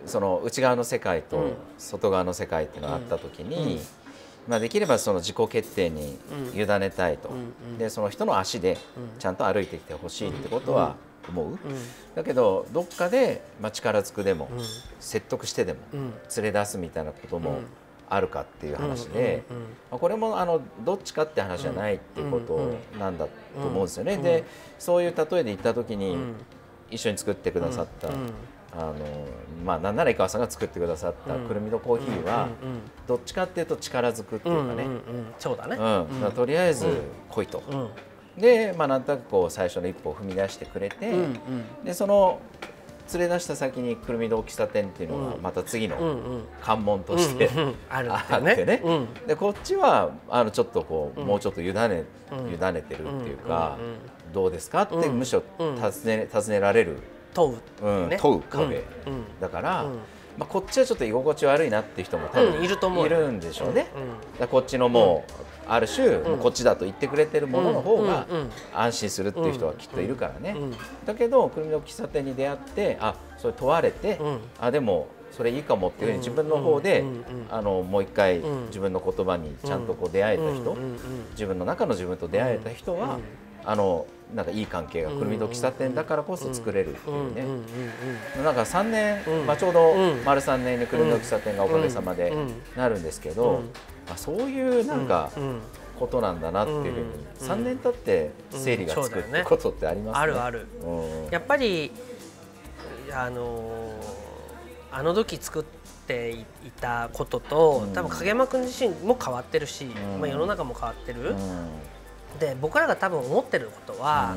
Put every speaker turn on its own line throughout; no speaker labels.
その内側の世界と外側の世界っていうのがあった時に、まあ、できればその自己決定に委ねたいと、でその人の足でちゃんと歩いてきてほしいってことは思う、だけどどっかで、まあ、力ずくでも、説得してでも連れ出すみたいなこともあるかっていう話で、まあ、これもどっちかって話じゃないっていうことなんだと思うんですよね。でそういう例えで言った時に一緒に作ってくださった、まあなんなら井川さんが作ってくださったくるみのコーヒーはどっちかっていうと力ずくっていうかね、
そうだね、
とりあえず来いと。で、まあ、なんとなくこう最初の一歩を踏み出してくれて、でその連れ出した先にくるみ堂喫茶店っていうのがまた次の関門としてあってね、でこっちはちょっとこうもうちょっと委ねてるっていうか、どうですかってむしろ尋ねられる、問う壁だから、まあこっちはちょっと居心地悪いなっていう人も多分いるんでしょうね。こっちのもうある種こっちだと言ってくれてるものの方が安心するっていう人はきっといるからね。だけどくるみの喫茶店に出会って、それ問われて、でもそれいいかもっていうふうに自分の方でもう一回自分の言葉にちゃんとこう出会えた人、自分の中の自分と出会えた人はなんかいい関係がくるみ堂喫茶店だからこそ作れるっていうね。なんか3年、まあ、ちょうど丸3年にくるみ堂喫茶店がおかげさまでなるんですけど、そういうなんかことなんだなっていうふうに3年経って整理がつくってことってありますね。
あるある。やっぱりあの時作っていたことと多分影山君自身も変わってるし、まあ、世の中も変わってる。で僕らが多分思ってることは、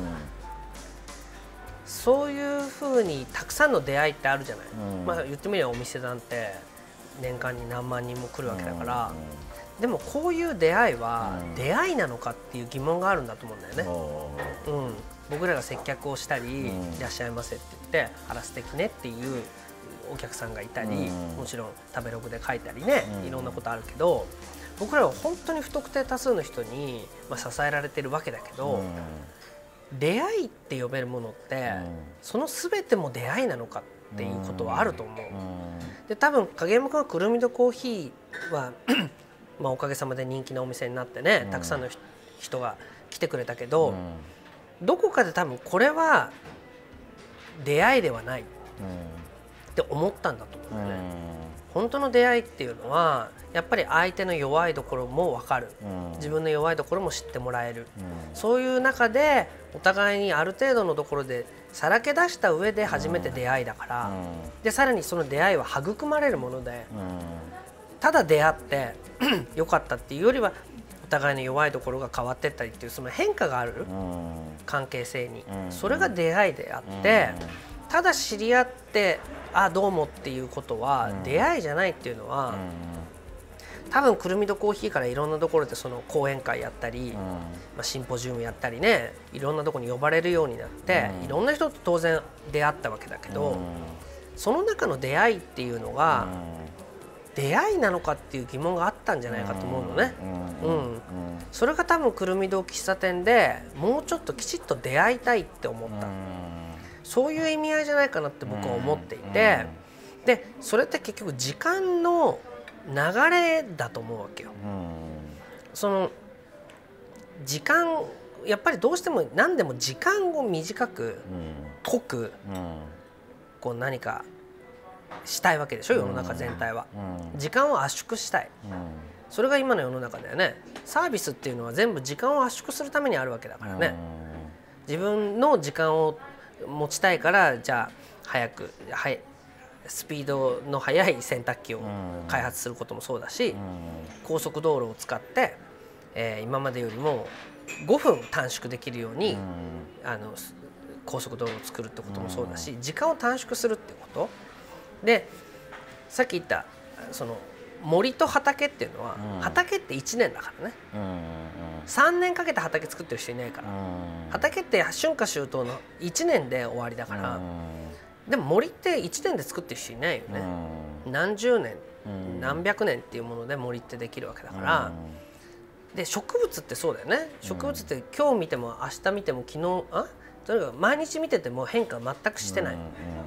そういうふうにたくさんの出会いってあるじゃない。まあ言ってみればお店なんて年間に何万人も来るわけだから、でもこういう出会いは出会いなのかっていう疑問があるんだと思うんだよね。僕らが接客をしたり「いらっしゃいませ」って言って「あら素敵ね」っていうお客さんがいたり、もちろん食べログで書いたりね、いろんなことあるけど、僕らは本当に不特定多数の人に支えられてるわけだけど、出会いって呼べるものってその全ても出会いなのかっていうことはあると思う。で多分影山君はくるみ堂コーヒーはまあおかげさまで人気のお店になってね、たくさんの人が来てくれたけど、どこかで多分これは出会いではないって思ったんだと思うんだよね。本当の出会いっていうのはやっぱり相手の弱いところも分かる、自分の弱いところも知ってもらえる、そういう中でお互いにある程度のところでさらけ出した上で初めて出会いだから、でさらにその出会いは育まれるもので、ただ出会って良かったっていうよりはお互いの弱いところが変わっていったりっていうその変化がある関係性に、それが出会いであって、ただ知り合ってどうもっていうことは出会いじゃないっていうのは、多分くるみ堂コーヒーからいろんなところでその講演会やったり、シンポジウムやったりね、いろんなところに呼ばれるようになって、いろんな人と当然出会ったわけだけど、その中の出会いっていうのが出会いなのかっていう疑問があったんじゃないかと思うのね。それが多分くるみ堂喫茶店でもうちょっときちっと出会いたいって思った、そういう意味合いじゃないかなって僕は思っていて、でそれって結局時間の流れだと思うわけよ。その時間やっぱりどうしても何でも時間を短く濃くこう何かしたいわけでしょ、世の中全体は。時間を圧縮したい、それが今の世の中だよね。サービスっていうのは全部時間を圧縮するためにあるわけだからね。自分の時間を持ちたいから、じゃあ早くスピードの速い洗濯機を開発することもそうだし、高速道路を使って、今までよりも5分短縮できるように高速道路を作るってこともそうだし、時間を短縮するってことで、さっき言ったその森と畑っていうのは、畑って1年だからね、3年かけて畑作ってる人いないから、畑って春夏秋冬の1年で終わりだから。でも森って1年で作ってる人いないよね。何十年何百年っていうもので森ってできるわけだから。で植物ってそうだよね。植物って今日見ても明日見ても昨日とにかく毎日見てても変化全くしてない。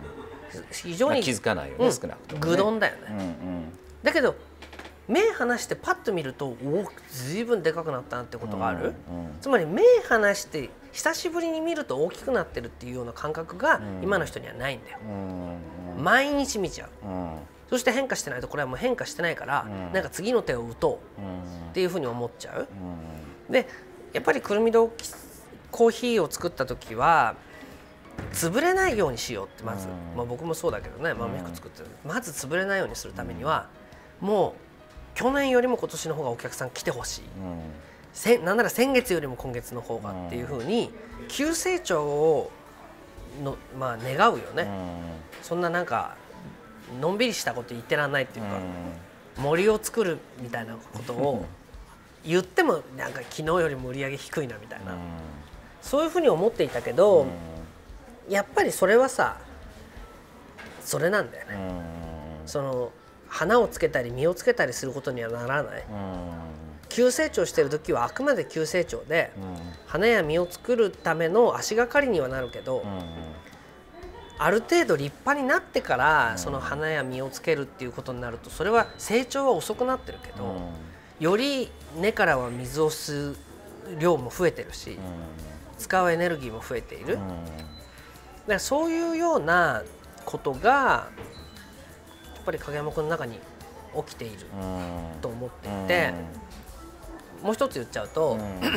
非常に
気づかないよね、少なくともね。
愚鈍だよね。だけど目離してパッと見ると、おずいぶんでかくなったなってことがある。つまり目離して久しぶりに見ると大きくなってるっていうような感覚が今の人にはないんだよ。毎日見ちゃう。そして変化してないと、これはもう変化してないから、なんか次の手を打とうっていうふうに思っちゃう。でやっぱりくるみ堂コーヒーを作った時は潰れないようにしようってまず、僕もそうだけどね、豆彦作ってる、まず潰れないようにするためには、もう去年よりも今年の方がお客さん来てほしい、なんなら先月よりも今月の方がっていうふうに急成長を願うよね。そんななんかのんびりしたこと言ってらんないっていうか、森を作るみたいなことを言ってもなんか昨日よりも売り上げ低いなみたいな、そういうふうに思っていたけど、やっぱりそれはさ、それなんだよね。その花をつけたり実をつけたりすることにはならない。急成長してる時はあくまで急成長で、花や実を作るための足がかりにはなるけど、ある程度立派になってからその花や実をつけるっていうことになると、それは成長は遅くなってるけど、より根からは水を吸う量も増えてるし、使うエネルギーも増えている。だからそういうようなことがやっぱり影山君の中に起きていると思っていて、もう一つ言っちゃうと、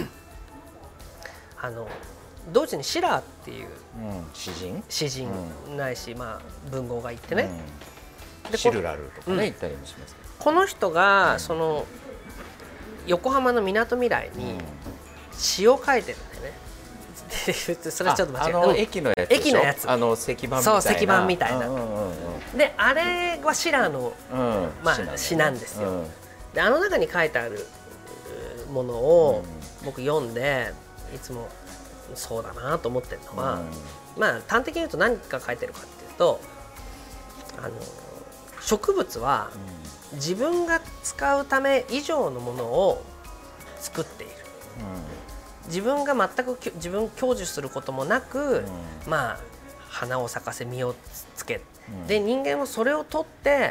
同時にシラーっていう詩人ないし、文豪がいてね、
シルラルとかね言ったりもしますけど、
この人がその横浜のみなとみらいに詩を書いてるんだよね。それはちょっと間違えた。
駅のやつでしょ。駅のやつ。石板みたいな。
そう、石板みたいな。で、あれはシラーの詩なんですよ。で、あの中に書いてあるものを僕読んで、いつもそうだなと思ってるのは、端的に言うと何が書いてるかっていうと、植物は自分が使うため以上のものを作っている。自分が全く自分享受することもなく、花を咲かせ実をつけ、で人間はそれを取って、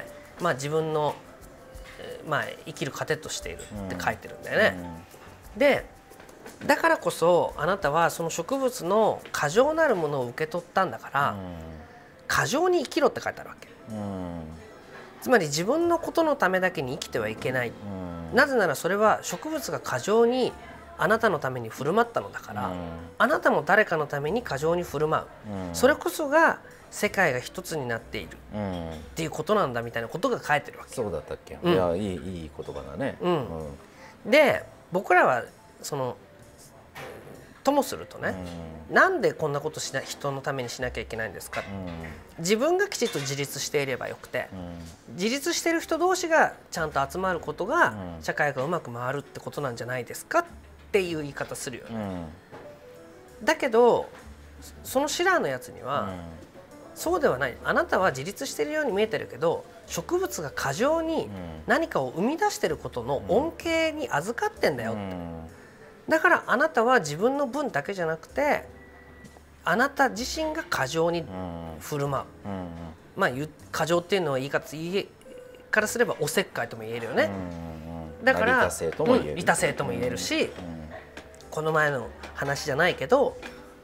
自分の、生きる糧としているって書いてるんだよね。でだからこそあなたはその植物の過剰なるものを受け取ったんだから、過剰に生きろって書いてあるわけ。つまり自分のことのためだけに生きてはいけない。なぜならそれは植物が過剰にあなたのために振る舞ったのだから、あなたも誰かのために過剰に振る舞う、それこそが世界が一つになっているっていうことなんだみたいなことが書いてるわけ。
そうだったっけ。いや、いい言葉だね。
で僕らはそのともするとね、なんでこんなこと人のためにしなきゃいけないんですか、自分がきちっと自立していればよくて、自立している人同士がちゃんと集まることが社会がうまく回るってことなんじゃないですかっていう言い方するよね。だけどそのシラーのやつには、そうではない。あなたは自立しているように見えてるけど、植物が過剰に何かを生み出していることの恩恵に預かってんだよって。だからあなたは自分の分だけじゃなくて、あなた自身が過剰に振る舞う。過剰っていうのは言い方からすればおせっかいとも言えるよね。だから利他性とも言えるし、この前の話じゃないけど、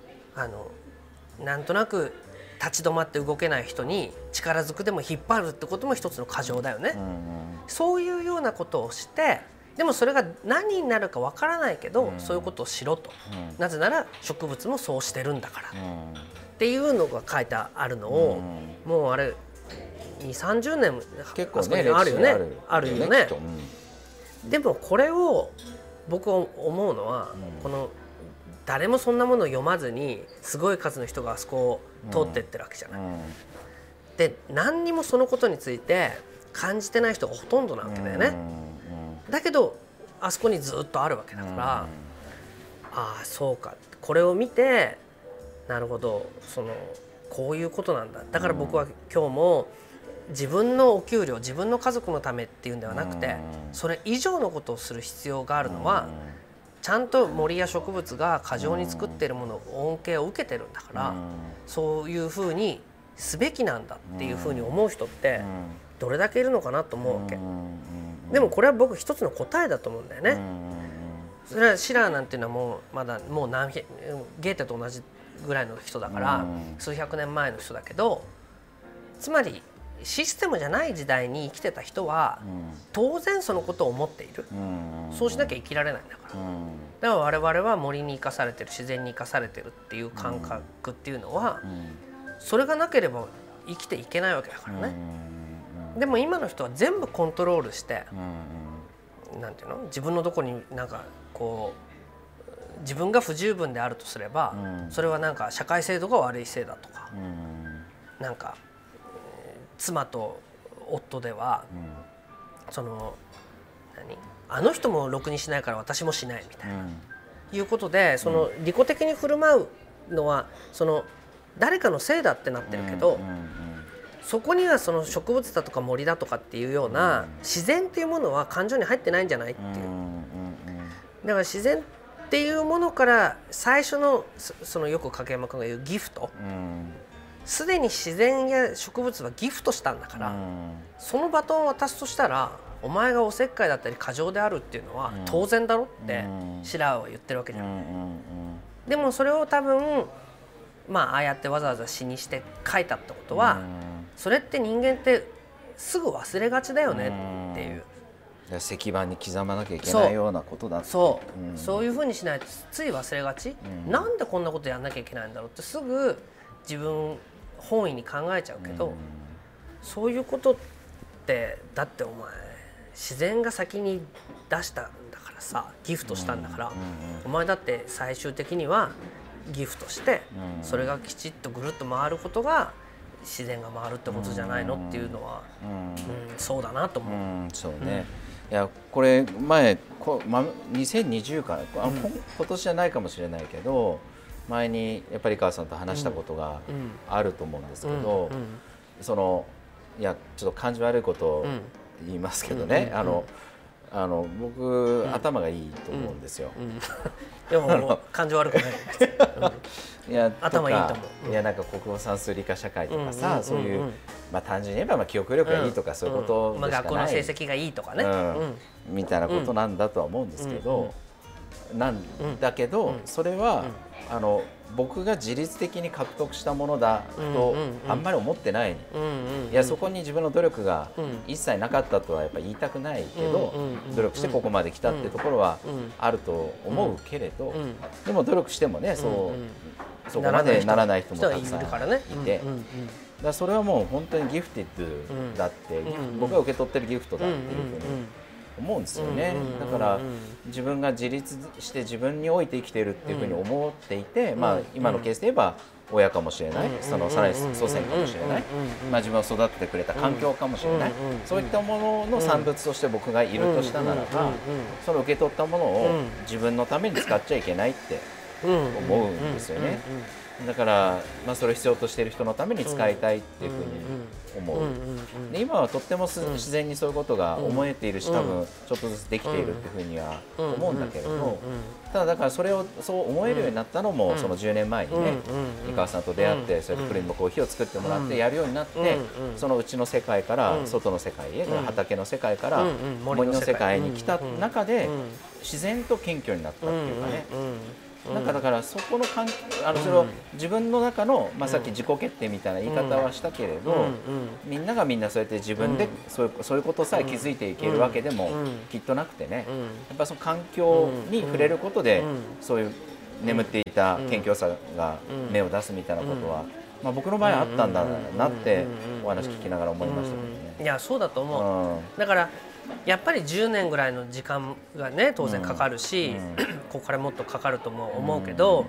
なんとなく立ち止まって動けない人に力ずくでも引っ張るってことも一つの過剰だよね。そういうようなことをして、でもそれが何になるかわからないけど、そういうことをしろと、なぜなら植物もそうしてるんだから、っていうのが書いてあるのを、もうあれ2、30年
結構ね
あるよね。あるよね。でもこれを僕思うのは、この誰もそんなものを読まずにすごい数の人があそこを通ってってるわけじゃない。で何にもそのことについて感じてない人がほとんどなわけだよね。だけどあそこにずっとあるわけだから、ああそうか、これを見て、なるほど、こういうことなんだ。だから僕は今日も自分のお給料、自分の家族のためっていうんではなくて、それ以上のことをする必要があるのは、ちゃんと森や植物が過剰に作っているもの恩恵を受けてるんだから、そういうふうにすべきなんだっていうふうに思う人ってどれだけいるのかなと思うわけ。でもこれは僕一つの答えだと思うんだよね。それはシラーなんていうのはもうまだもうゲーテと同じぐらいの人だから数百年前の人だけど、つまりシステムじゃない時代に生きてた人は当然そのことを思っている。そうしなきゃ生きられないんだから。だから我々は森に生かされてる、自然に生かされてるっていう感覚っていうのはそれがなければ生きていけないわけだからね。でも今の人は全部コントロールしてなんていうの、自分のどこになんかこう自分が不十分であるとすればそれはなんか社会制度が悪いせいだとか、なんか妻と夫ではそのあの人もろくにしないから私もしないみたいないうことで、その利己的に振る舞うのはその誰かのせいだってなってるけど、そこにはその植物だとか森だとかっていうような自然っていうものは感情に入ってないんじゃないっていう。だから自然っていうものから最初のそのよく影山君が言うギフト、すでに自然や植物はギフトしたんだから、そのバトンを渡すとしたらお前がおせっかいだったり過剰であるっていうのは当然だろってシラーは言ってるわけじゃん。でもそれを多分ああやってわざわざ詩にして書いたってことは、それって人間ってすぐ忘れがちだよねっていう。
石板に刻まなきゃいけないようなことだ。
そういうふうにしないとつい忘れがち。なんでこんなことやんなきゃいけないんだろうってすぐ自分本意に考えちゃうけど、そういうことってだってお前自然が先に出したんだからさ、ギフトしたんだから、お前だって最終的にはギフトしてそれがきちっとぐるっと回ることが自然が回るってことじゃないのっていうのは、そうだなと思う。
そうね。いやこれ前2020から今年じゃないかもしれないけど、前にやっぱり川さんと話したことがあると思うんですけど、そのいやちょっと感じ悪いことを言いますけどね、僕、頭がいいと思うんですよ。
でも感情悪くない。
いや
頭いいと思う。
いやなんか国語算数理科社会とかさ、そういう単純に言えば記憶力がいいとかそういうことでしかない。
学校の成績がいいとかね。
みたいなことなんだとは思うんですけど、なんだけどそれは僕が自律的に獲得したものだとあんまり思ってない。いやそこに自分の努力が一切なかったとはやっぱり言いたくないけど、努力してここまで来たってところはあると思うけれど、でも努力してもねそこまでならない人もたくさんいて、だそれはもう本当にギフティッドだって、僕が受け取ってるギフトだっていうふうに思うんですよね。だから自分が自立して自分において生きているっていうふうに思っていて、今のケースで言えば親かもしれない、さらに祖先かもしれない、自分を育ててくれた環境かもしれない、そういったものの産物として僕がいるとしたならば、その受け取ったものを自分のために使っちゃいけないって思うんですよね。だから、それを必要としている人のために使いたいっていうふうに思う。で今はとっても自然にそういうことが思えているし、多分ちょっとずつできているっていうふうには思うんだけれど、ただだからそれをそう思えるようになったのもその10年前にね、井川さんと出会って、それでプリンのコーヒーを作ってもらってやるようになって、そのうちの世界から外の世界へ、畑の世界から森の世界に来た中で自然と謙虚になったっていうかね。だからそこのそれを自分の中の、さっき自己決定みたいな言い方はしたけれど、みんながみんなそうやって自分でそういうことさえ気づいていけるわけでもきっとなくてね、やっぱその環境に触れることでそういう眠っていた謙虚さが芽を出すみたいなことは、僕の場合あったんだなってお話聞きながら思いましたけどね。
いやそうだと思う。だからやっぱり10年ぐらいの時間がね当然かかるし、ここからもっとかかるとも思うけど、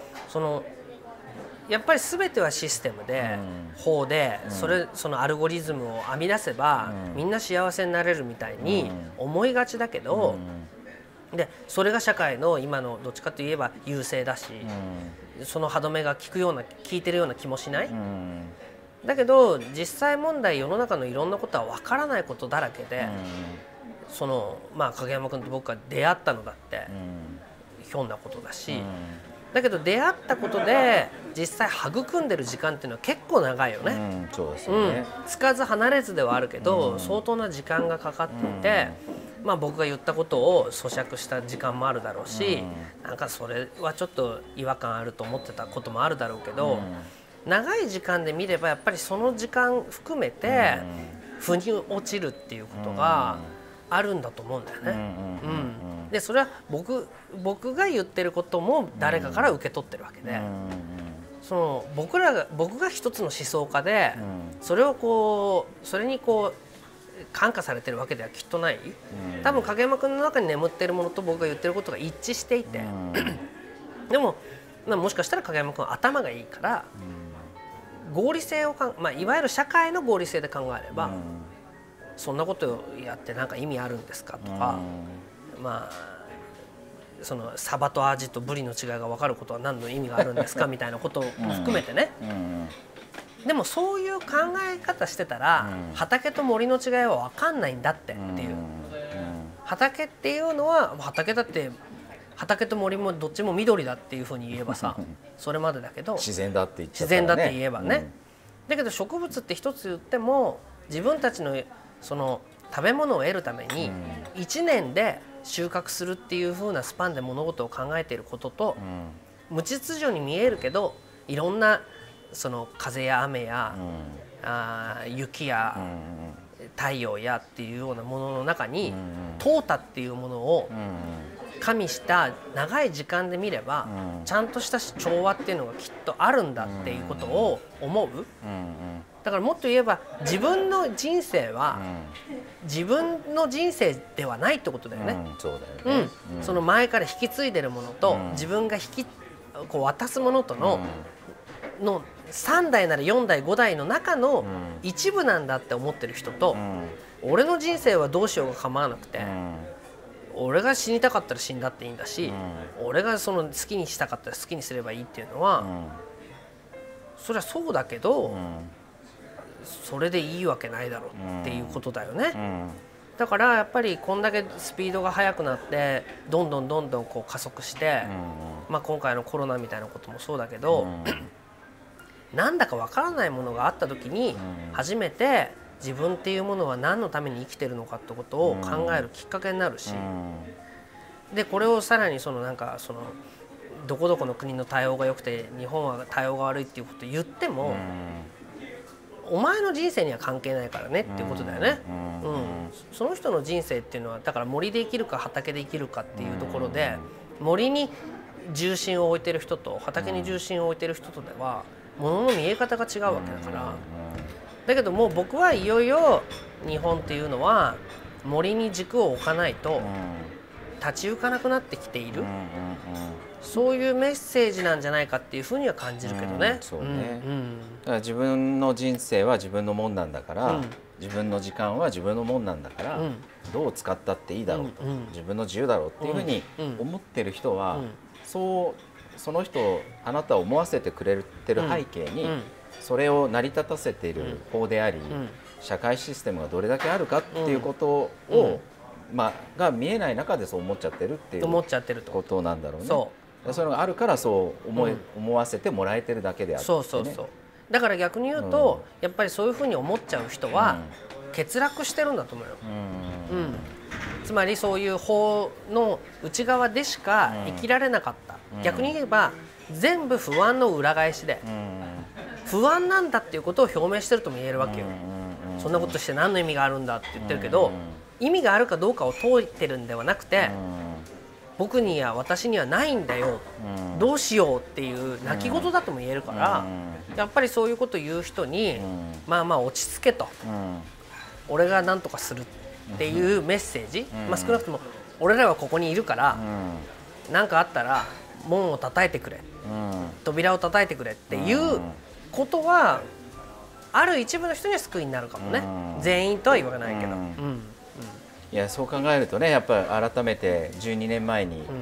やっぱり全てはシステムで、法でそのアルゴリズムを編み出せば、みんな幸せになれるみたいに思いがちだけど、でそれが社会の今のどっちかといえば優勢だし、その歯止めが効いてるような気もしない。だけど実際問題世の中のいろんなことは分からないことだらけで、影山君と僕が出会ったのだってひょんなことだし、 だけど出会ったことで実際育んでる時間っていうのは結構長いよね。
そうですよね。
つかず離れずではあるけど、相当な時間がかかっていて、まあ僕が言ったことを咀嚼した時間もあるだろうし、なんかそれはちょっと違和感あると思ってたこともあるだろうけど、長い時間で見ればやっぱりその時間含めて腑に落ちるっていうことがあるんだと思うんだよね。でそれは僕が言ってることも誰かから受け取ってるわけで、その僕が一つの思想家で、それに感化されてるわけではきっとない。多分影山君の中に眠っているものと僕が言ってることが一致していて、でももしかしたら影山君は頭がいいから、合理性をいわゆる社会の合理性で考えれば、そんなことをやってなんか意味あるんですかとか、まあそのサバとアジとブリの違いが分かることは何の意味があるんですかみたいなことも含めてね。でもそういう考え方してたら、畑と森の違いは分かんないんだっていう。畑っていうのは畑だって、畑と森もどっちも緑だっていうふうに言えばさそれまでだけど、
自然だって言っちゃったらね、
自然だって言えばね、だけど植物って一つ言っても自分たちのその食べ物を得るために1年で収穫するっていう風なスパンで物事を考えていることと、無秩序に見えるけどいろんなその風や雨や、雪や、太陽やっていうようなものの中に、淘汰っていうものを加味した長い時間で見れば、ちゃんとした調和っていうのがきっとあるんだっていうことを思う。だからもっと言えば自分の人生は自分の人生ではないってことだよね。その前から引き継いでるものと、自分が渡すものとの3代なら4代5代の中の一部なんだって思ってる人と、俺の人生はどうしようが構わなくて、俺が死にたかったら死んだっていいんだし、俺がその好きにしたかったら好きにすればいいっていうのは、そりゃそうだけど、それでいいわけないだろうっていうことだよね。だからやっぱりこんだけスピードが速くなってどんどん加速して、今回のコロナみたいなこともそうだけど、なんだかわからないものがあった時に初めて自分っていうものは何のために生きてるのかってことを考えるきっかけになるし、でこれをさらにどこどこの国の対応が良くて日本は対応が悪いっていうことを言っても、お前の人生には関係ないからねっていうことだよね。その人の人生っていうのはだから森で生きるか畑で生きるかっていうところで、森に重心を置いてる人と畑に重心を置いてる人とでは物の見え方が違うわけだから。だけどもう僕はいよいよ日本っていうのは森に軸を置かないと立ち行かなくなってきている、そういうメッセージなんじゃないかっていうふうには感じるけどね。
そうね。だから自分の人生は自分のもんなんだから、自分の時間は自分のもんなんだから、どう使ったっていいだろうと、自分の自由だろうっていうふうに思ってる人は、その人をあなたを思わせてくれてる背景に、それを成り立たせている法であり、社会システムがどれだけあるかっていうことを、が見えない中でそう思っちゃってるっていうことなんだろうね。そういうのがあるからそう思わせてもらえてるだけであってね。
だから逆に言うと、やっぱりそういうふうに思っちゃう人は欠落してるんだと思うよ。つまりそういう法の内側でしか生きられなかった、逆に言えば全部不安の裏返しで、不安なんだっていうことを表明してるとも言えるわけよ。そんなことして何の意味があるんだって言ってるけど、意味があるかどうかを問いてるんではなくて、僕には私にはないんだよ、どうしようっていう泣き言だとも言えるから、やっぱりそういうことを言う人に、落ち着けと、俺が何とかするっていうメッセージ、少なくとも俺らはここにいるから、何かあったら門を叩いてくれ、扉を叩いてくれっていうことはある一部の人には救いになるかもね。全員とは言わないけど。い
やそう考えるとね、やっぱり改めて12年前に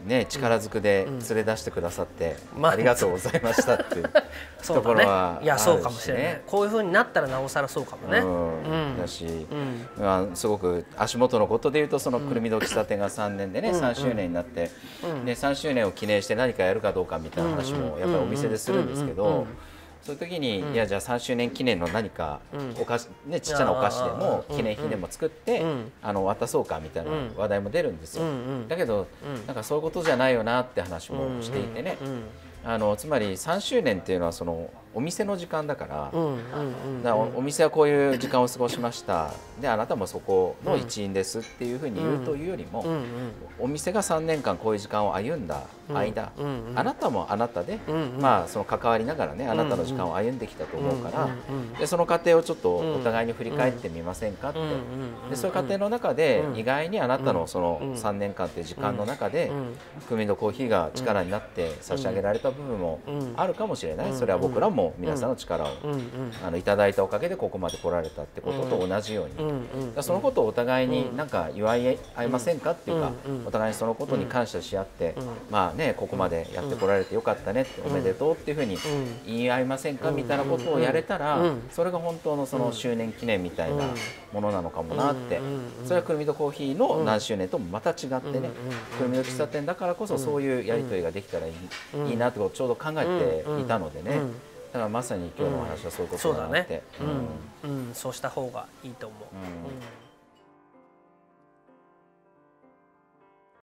ね、力ずくで連れ出してくださって、
まあ
ありがとうございましたっていうところはあるしね。
いやそうかもしれない。こういう風になったらなおさらそうかもね。
だし、すごく足元のことでいうと、そのくるみ堂喫茶店が3年でね、3周年になって、で3周年を記念して何かやるかどうかみたいな話もやっぱりお店でするんですけど、そういう時に、いやじゃあ3周年記念の何かお菓子、ね、ちっちゃなお菓子でも記念品でも作って渡そうかみたいな話題も出るんですよ。だけどなんかそういうことじゃないよなって話もしていてね、つまり3周年っていうのはそのお店の時間だから、お店はこういう時間を過ごしました、であなたもそこの一員ですっていうふうに言うというよりも、お店が3年間こういう時間を歩んだ間、あなたもあなたで、まあその関わりながらね、あなたの時間を歩んできたと思うから、でその過程をちょっとお互いに振り返ってみませんかって、でそういう過程の中で意外にあなたのその3年間っていう時間の中でくるみのコーヒーが力になって差し上げられた部分もあるかもしれない。それは僕らも皆さんの力をいただいたおかげでここまで来られたってことと同じように、そのことをお互いになんか祝い合いませんかっていうか、お互いにそのことに感謝し合って、まあねここまでやってこられてよかったねって、おめでとうっていうふうに言い合いませんかみたいなことをやれたら、それが本当のその周年記念みたいなものなのかもなって。それはくるみとコーヒーの何周年ともまた違ってね、くるみの喫茶店だからこそそういうやり取りができたらいいなってことをちょうど考えていたのでね。だからまさに今日のお話はそういうことだなって。
そうした方がいいと思う。